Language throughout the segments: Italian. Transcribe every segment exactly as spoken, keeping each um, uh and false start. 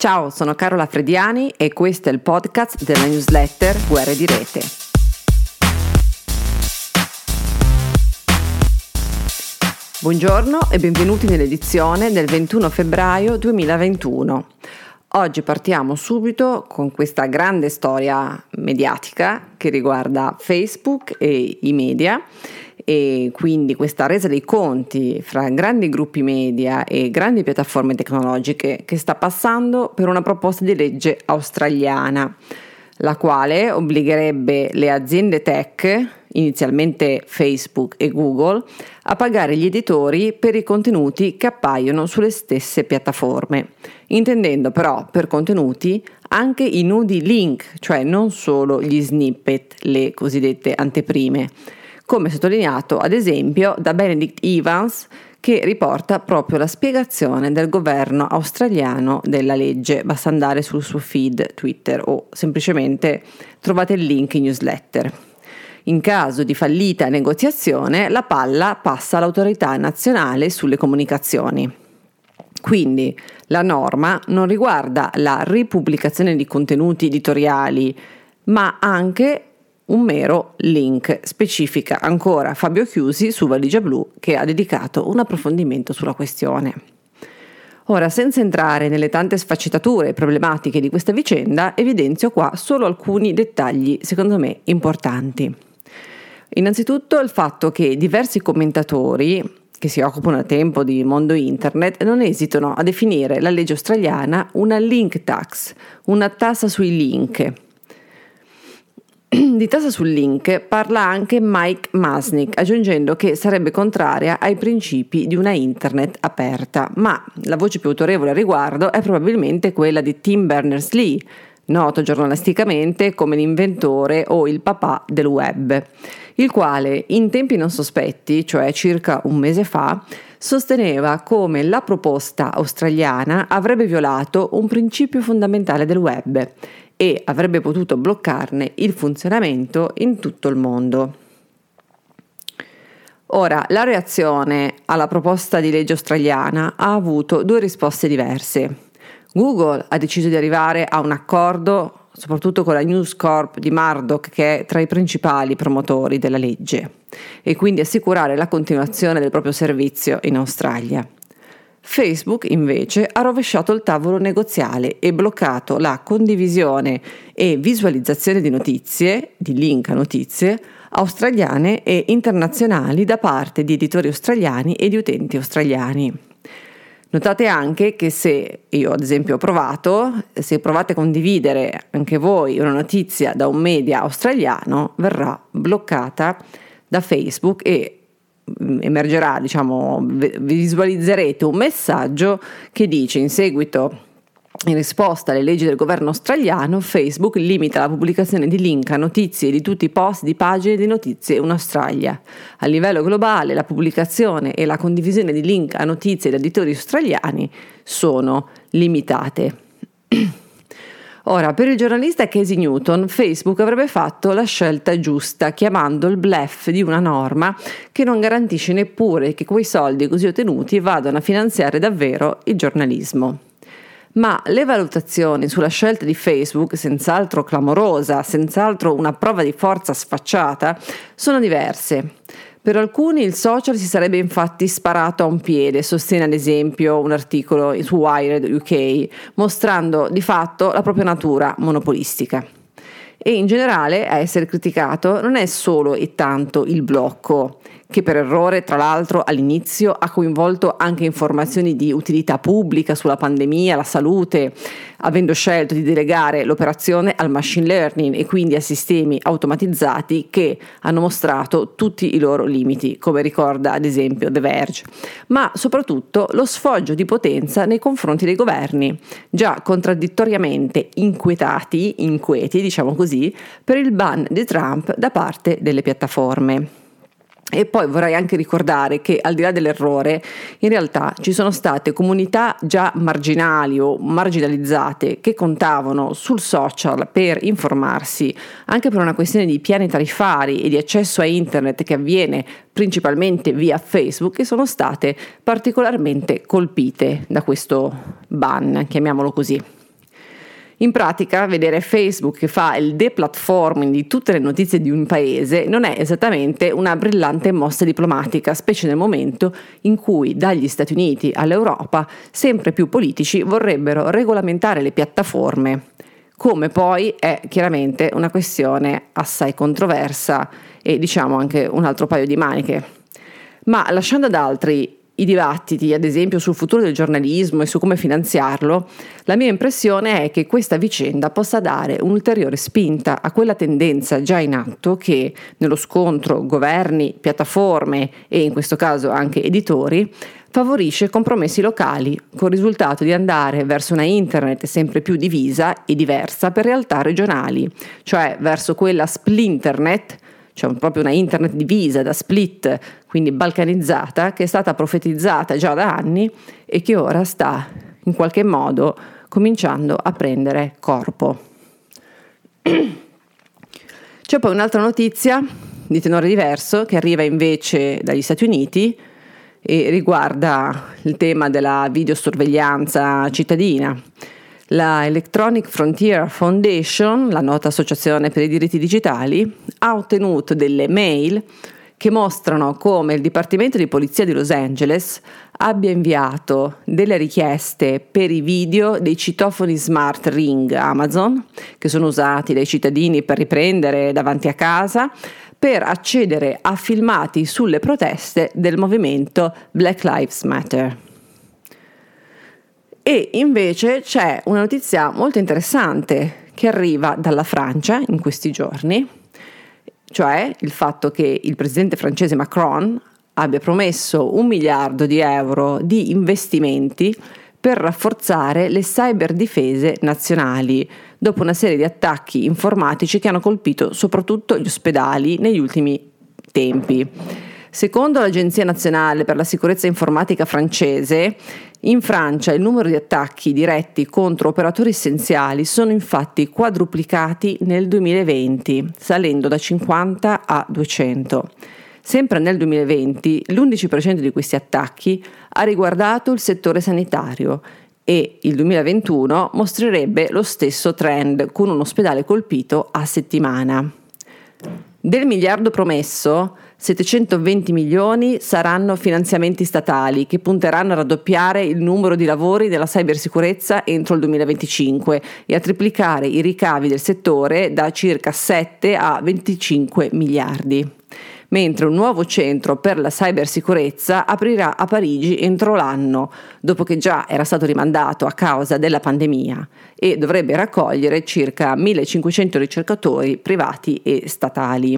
Ciao, sono Carola Frediani e questo è il podcast della newsletter Guerre di Rete. Buongiorno e benvenuti nell'edizione del ventuno febbraio duemilaventuno. Oggi partiamo subito con questa grande storia mediatica che riguarda Facebook e i media, e quindi questa resa dei conti fra grandi gruppi media e grandi piattaforme tecnologiche che sta passando per una proposta di legge australiana, la quale obbligherebbe le aziende tech, inizialmente Facebook e Google, a pagare gli editori per i contenuti che appaiono sulle stesse piattaforme, intendendo però per contenuti anche i nudi link, cioè non solo gli snippet, le cosiddette anteprime, come sottolineato ad esempio da Benedict Evans, che riporta proprio la spiegazione del governo australiano della legge. Basta andare sul suo feed Twitter o semplicemente trovate il link in newsletter. In caso di fallita negoziazione, la palla passa all'autorità nazionale sulle comunicazioni. Quindi la norma non riguarda la ripubblicazione di contenuti editoriali, ma anche un mero link, specifica ancora Fabio Chiusi su Valigia Blu, che ha dedicato un approfondimento sulla questione. Ora, senza entrare nelle tante sfaccettature e problematiche di questa vicenda, evidenzio qua solo alcuni dettagli secondo me importanti. Innanzitutto il fatto che diversi commentatori che si occupano da tempo di mondo internet non esitano a definire la legge australiana una link tax, una tassa sui link. Di tassa sul link parla anche Mike Masnick, aggiungendo che sarebbe contraria ai principi di una internet aperta, ma la voce più autorevole a riguardo è probabilmente quella di Tim Berners-Lee, noto giornalisticamente come l'inventore o il papà del web, il quale in tempi non sospetti, cioè circa un mese fa, sosteneva come la proposta australiana avrebbe violato un principio fondamentale del web e avrebbe potuto bloccarne il funzionamento in tutto il mondo. Ora, la reazione alla proposta di legge australiana ha avuto due risposte diverse. Google ha deciso di arrivare a un accordo, soprattutto con la News Corp di Murdoch, che è tra i principali promotori della legge, e quindi assicurare la continuazione del proprio servizio in Australia. Facebook invece ha rovesciato il tavolo negoziale e bloccato la condivisione e visualizzazione di notizie, di link a notizie, australiane e internazionali da parte di editori australiani e di utenti australiani. Notate anche che se io ad esempio ho provato, se provate a condividere anche voi una notizia da un media australiano, verrà bloccata da Facebook e emergerà, diciamo, visualizzerete un messaggio che dice: in seguito, in risposta alle leggi del governo australiano, Facebook limita la pubblicazione di link a notizie di tutti i post di pagine di notizie in Australia. A livello globale la pubblicazione e la condivisione di link a notizie da editori australiani sono limitate. Ora, per il giornalista Casey Newton, Facebook avrebbe fatto la scelta giusta, chiamando il bluff di una norma che non garantisce neppure che quei soldi così ottenuti vadano a finanziare davvero il giornalismo. Ma le valutazioni sulla scelta di Facebook, senz'altro clamorosa, senz'altro una prova di forza sfacciata, sono diverse. Per alcuni il social si sarebbe infatti sparato a un piede, sostiene ad esempio un articolo su Wired U K, mostrando di fatto la propria natura monopolistica. E in generale a essere criticato non è solo e tanto il blocco, che per errore tra l'altro all'inizio ha coinvolto anche informazioni di utilità pubblica sulla pandemia, la salute, avendo scelto di delegare l'operazione al machine learning e quindi a sistemi automatizzati che hanno mostrato tutti i loro limiti, come ricorda ad esempio The Verge, ma soprattutto lo sfoggio di potenza nei confronti dei governi, già contraddittoriamente inquietati, inquieti diciamo così, per il ban di Trump da parte delle piattaforme. E poi vorrei anche ricordare che al di là dell'errore, in realtà ci sono state comunità già marginali o marginalizzate che contavano sul social per informarsi, anche per una questione di piani tariffari e di accesso a internet che avviene principalmente via Facebook, che sono state particolarmente colpite da questo ban, chiamiamolo così. In pratica, vedere Facebook che fa il deplatforming di tutte le notizie di un paese non è esattamente una brillante mossa diplomatica, specie nel momento in cui dagli Stati Uniti all'Europa sempre più politici vorrebbero regolamentare le piattaforme, come poi è chiaramente una questione assai controversa e diciamo anche un altro paio di maniche. Ma lasciando ad altri i dibattiti, ad esempio sul futuro del giornalismo e su come finanziarlo, la mia impressione è che questa vicenda possa dare un'ulteriore spinta a quella tendenza già in atto che, nello scontro governi, piattaforme e in questo caso anche editori, favorisce compromessi locali, con il risultato di andare verso una internet sempre più divisa e diversa per realtà regionali, cioè verso quella splinternet, cioè proprio una internet divisa da split, quindi balcanizzata, che è stata profetizzata già da anni e che ora sta in qualche modo cominciando a prendere corpo. C'è poi un'altra notizia di tenore diverso che arriva invece dagli Stati Uniti e riguarda il tema della videosorveglianza cittadina. La Electronic Frontier Foundation, la nota associazione per i diritti digitali, ha ottenuto delle mail che mostrano come il Dipartimento di Polizia di Los Angeles abbia inviato delle richieste per i video dei citofoni smart Ring Amazon, che sono usati dai cittadini per riprendere davanti a casa, per accedere a filmati sulle proteste del movimento Black Lives Matter. E invece c'è una notizia molto interessante che arriva dalla Francia in questi giorni, cioè il fatto che il presidente francese Macron abbia promesso un miliardo di euro di investimenti per rafforzare le cyberdifese nazionali dopo una serie di attacchi informatici che hanno colpito soprattutto gli ospedali negli ultimi tempi. Secondo l'Agenzia Nazionale per la Sicurezza Informatica francese, in Francia il numero di attacchi diretti contro operatori essenziali sono infatti quadruplicati nel duemilaventi, salendo da cinquanta a duecento. Sempre nel duemilaventi l'undici per cento di questi attacchi ha riguardato il settore sanitario e il duemilaventuno mostrerebbe lo stesso trend con un ospedale colpito a settimana. Del miliardo promesso, settecentoventi milioni saranno finanziamenti statali che punteranno a raddoppiare il numero di lavori della cybersicurezza entro il duemilaventicinque e a triplicare i ricavi del settore da circa sette a venticinque miliardi. Mentre un nuovo centro per la cybersicurezza aprirà a Parigi entro l'anno, dopo che già era stato rimandato a causa della pandemia, e dovrebbe raccogliere circa millecinquecento ricercatori privati e statali.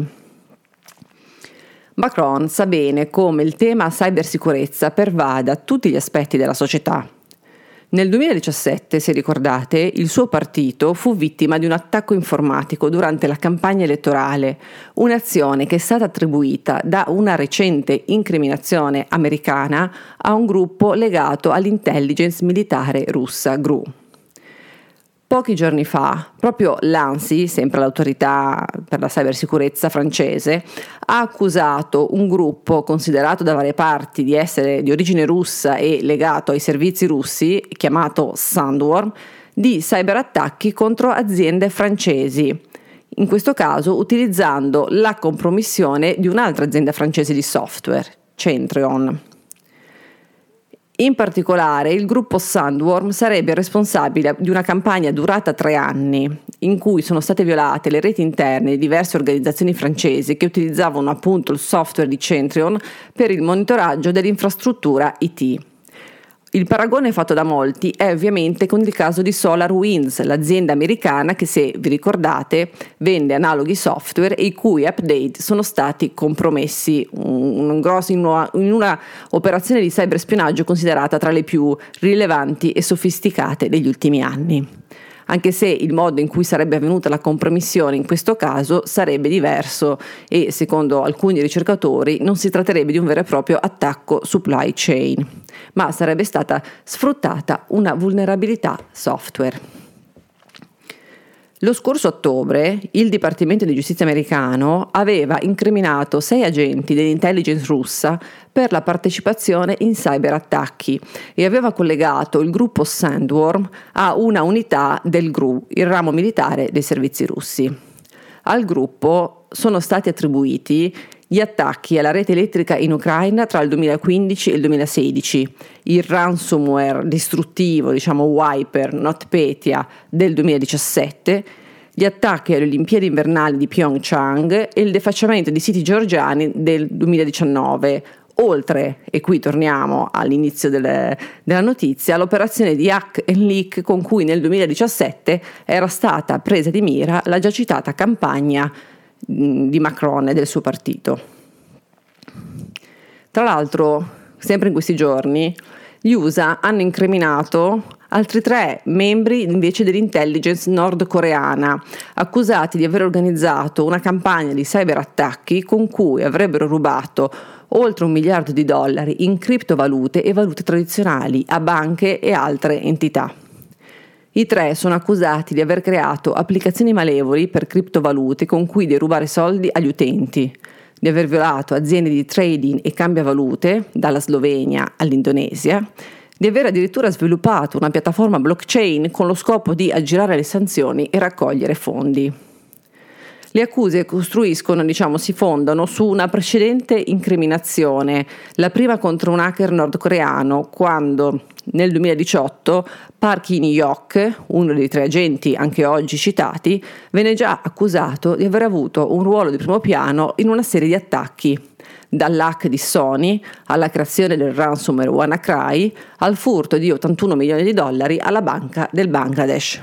Macron sa bene come il tema cybersicurezza pervada tutti gli aspetti della società. Nel duemiladiciassette, se ricordate, il suo partito fu vittima di un attacco informatico durante la campagna elettorale, un'azione che è stata attribuita da una recente incriminazione americana a un gruppo legato all'intelligence militare russa G R U. Pochi giorni fa, proprio l'ANSI, sempre l'autorità per la cybersicurezza francese, ha accusato un gruppo considerato da varie parti di essere di origine russa e legato ai servizi russi, chiamato Sandworm, di cyberattacchi contro aziende francesi, in questo caso utilizzando la compromissione di un'altra azienda francese di software, Centrion. In particolare, il gruppo Sandworm sarebbe responsabile di una campagna durata tre anni, in cui sono state violate le reti interne di diverse organizzazioni francesi che utilizzavano appunto il software di Centrion per il monitoraggio dell'infrastruttura I T. Il paragone fatto da molti è ovviamente con il caso di SolarWinds, l'azienda americana che, se vi ricordate, vende analoghi software e i cui update sono stati compromessi un, un grosso, in, una, in una operazione di cyberspionaggio considerata tra le più rilevanti e sofisticate degli ultimi anni. Anche se il modo in cui sarebbe avvenuta la compromissione in questo caso sarebbe diverso e, secondo alcuni ricercatori, non si tratterebbe di un vero e proprio attacco supply chain, ma sarebbe stata sfruttata una vulnerabilità software. Lo scorso ottobre il Dipartimento di Giustizia americano aveva incriminato sei agenti dell'intelligence russa per la partecipazione in cyberattacchi e aveva collegato il gruppo Sandworm a una unità del G R U, il ramo militare dei servizi russi. Al gruppo sono stati attribuiti gli attacchi alla rete elettrica in Ucraina tra il duemilaquindici e il duemilasedici, il ransomware distruttivo, diciamo wiper, NotPetya del duemiladiciassette, gli attacchi alle Olimpiadi invernali di Pyeongchang e il defacciamento di siti georgiani del duemiladiciannove, oltre, e qui torniamo all'inizio delle, della notizia, l'operazione di hack and leak con cui nel duemiladiciassette era stata presa di mira la già citata campagna di Macron e del suo partito. Tra l'altro, sempre in questi giorni, gli U S A hanno incriminato altri tre membri invece dell'intelligence nordcoreana, accusati di aver organizzato una campagna di cyberattacchi con cui avrebbero rubato oltre un miliardo di dollari in criptovalute e valute tradizionali a banche e altre entità. I tre sono accusati di aver creato applicazioni malevoli per criptovalute con cui derubare soldi agli utenti, di aver violato aziende di trading e cambiavalute dalla Slovenia all'Indonesia, di aver addirittura sviluppato una piattaforma blockchain con lo scopo di aggirare le sanzioni e raccogliere fondi. Le accuse costruiscono, diciamo, si fondano su una precedente incriminazione, la prima contro un hacker nordcoreano, quando nel duemiladiciotto Park In-hyok, uno dei tre agenti anche oggi citati, venne già accusato di aver avuto un ruolo di primo piano in una serie di attacchi, dall'hack di Sony alla creazione del ransomware WannaCry al furto di ottantuno milioni di dollari alla banca del Bangladesh.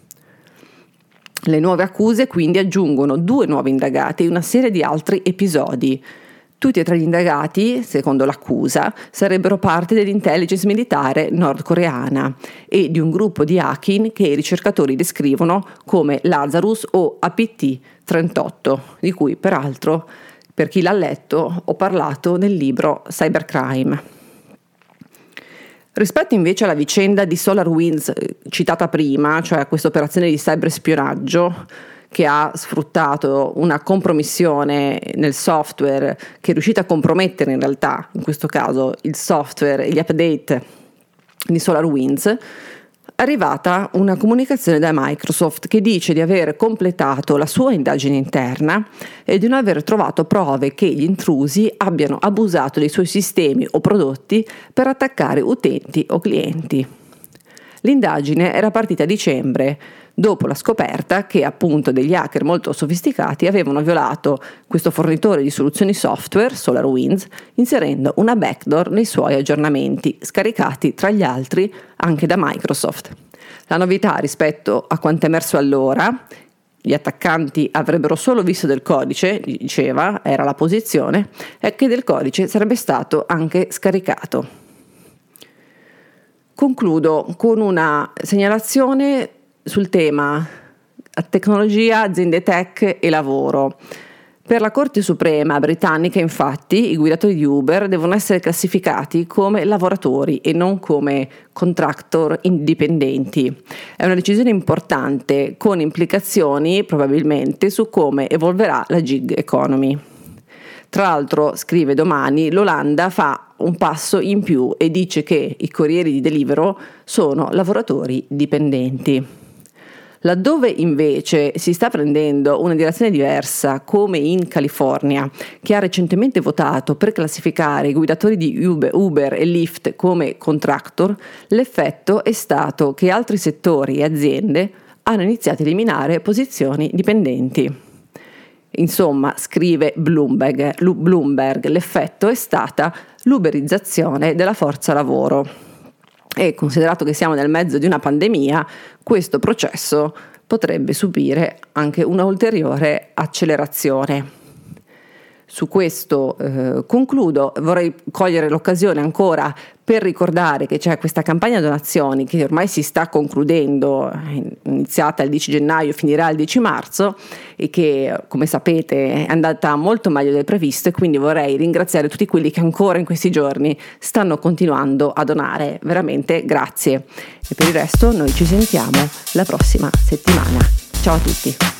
Le nuove accuse quindi aggiungono due nuovi indagati e una serie di altri episodi. Tutti e tre gli indagati, secondo l'accusa, sarebbero parte dell'intelligence militare nordcoreana e di un gruppo di hacking che i ricercatori descrivono come Lazarus o A P T trentotto, di cui peraltro, per chi l'ha letto, ho parlato nel libro Cybercrime. Rispetto invece alla vicenda di SolarWinds citata prima, cioè questa operazione di cyberspionaggio che ha sfruttato una compromissione nel software che è riuscita a compromettere in realtà, in questo caso, il software e gli update di SolarWinds, è arrivata una comunicazione da Microsoft che dice di aver completato la sua indagine interna e di non aver trovato prove che gli intrusi abbiano abusato dei suoi sistemi o prodotti per attaccare utenti o clienti. L'indagine era partita a dicembre, dopo la scoperta che appunto degli hacker molto sofisticati avevano violato questo fornitore di soluzioni software, SolarWinds, inserendo una backdoor nei suoi aggiornamenti, scaricati tra gli altri anche da Microsoft. La novità rispetto a quanto emerso allora, gli attaccanti avrebbero solo visto del codice, diceva, era la posizione, è che del codice sarebbe stato anche scaricato. Concludo con una segnalazione sul tema tecnologia, aziende tech e lavoro. Per la Corte Suprema britannica, infatti, i guidatori di Uber devono essere classificati come lavoratori e non come contractor indipendenti. È una decisione importante con implicazioni probabilmente su come evolverà la gig economy. Tra l'altro, scrive Domani, l'Olanda fa un passo in più e dice che i corrieri di Deliveroo sono lavoratori dipendenti. Laddove invece si sta prendendo una direzione diversa, come in California, che ha recentemente votato per classificare i guidatori di Uber, Uber e Lyft come contractor, l'effetto è stato che altri settori e aziende hanno iniziato a eliminare posizioni dipendenti. Insomma, scrive Bloomberg, Bloomberg, l'effetto è stata l'uberizzazione della forza lavoro. E considerato che siamo nel mezzo di una pandemia, questo processo potrebbe subire anche una ulteriore accelerazione. Su questo eh, concludo, vorrei cogliere l'occasione ancora per ricordare che c'è questa campagna donazioni che ormai si sta concludendo, è iniziata il dieci gennaio, finirà il dieci marzo e che, come sapete, è andata molto meglio del previsto, e quindi vorrei ringraziare tutti quelli che ancora in questi giorni stanno continuando a donare. Veramente grazie. E per il resto noi ci sentiamo la prossima settimana. Ciao a tutti.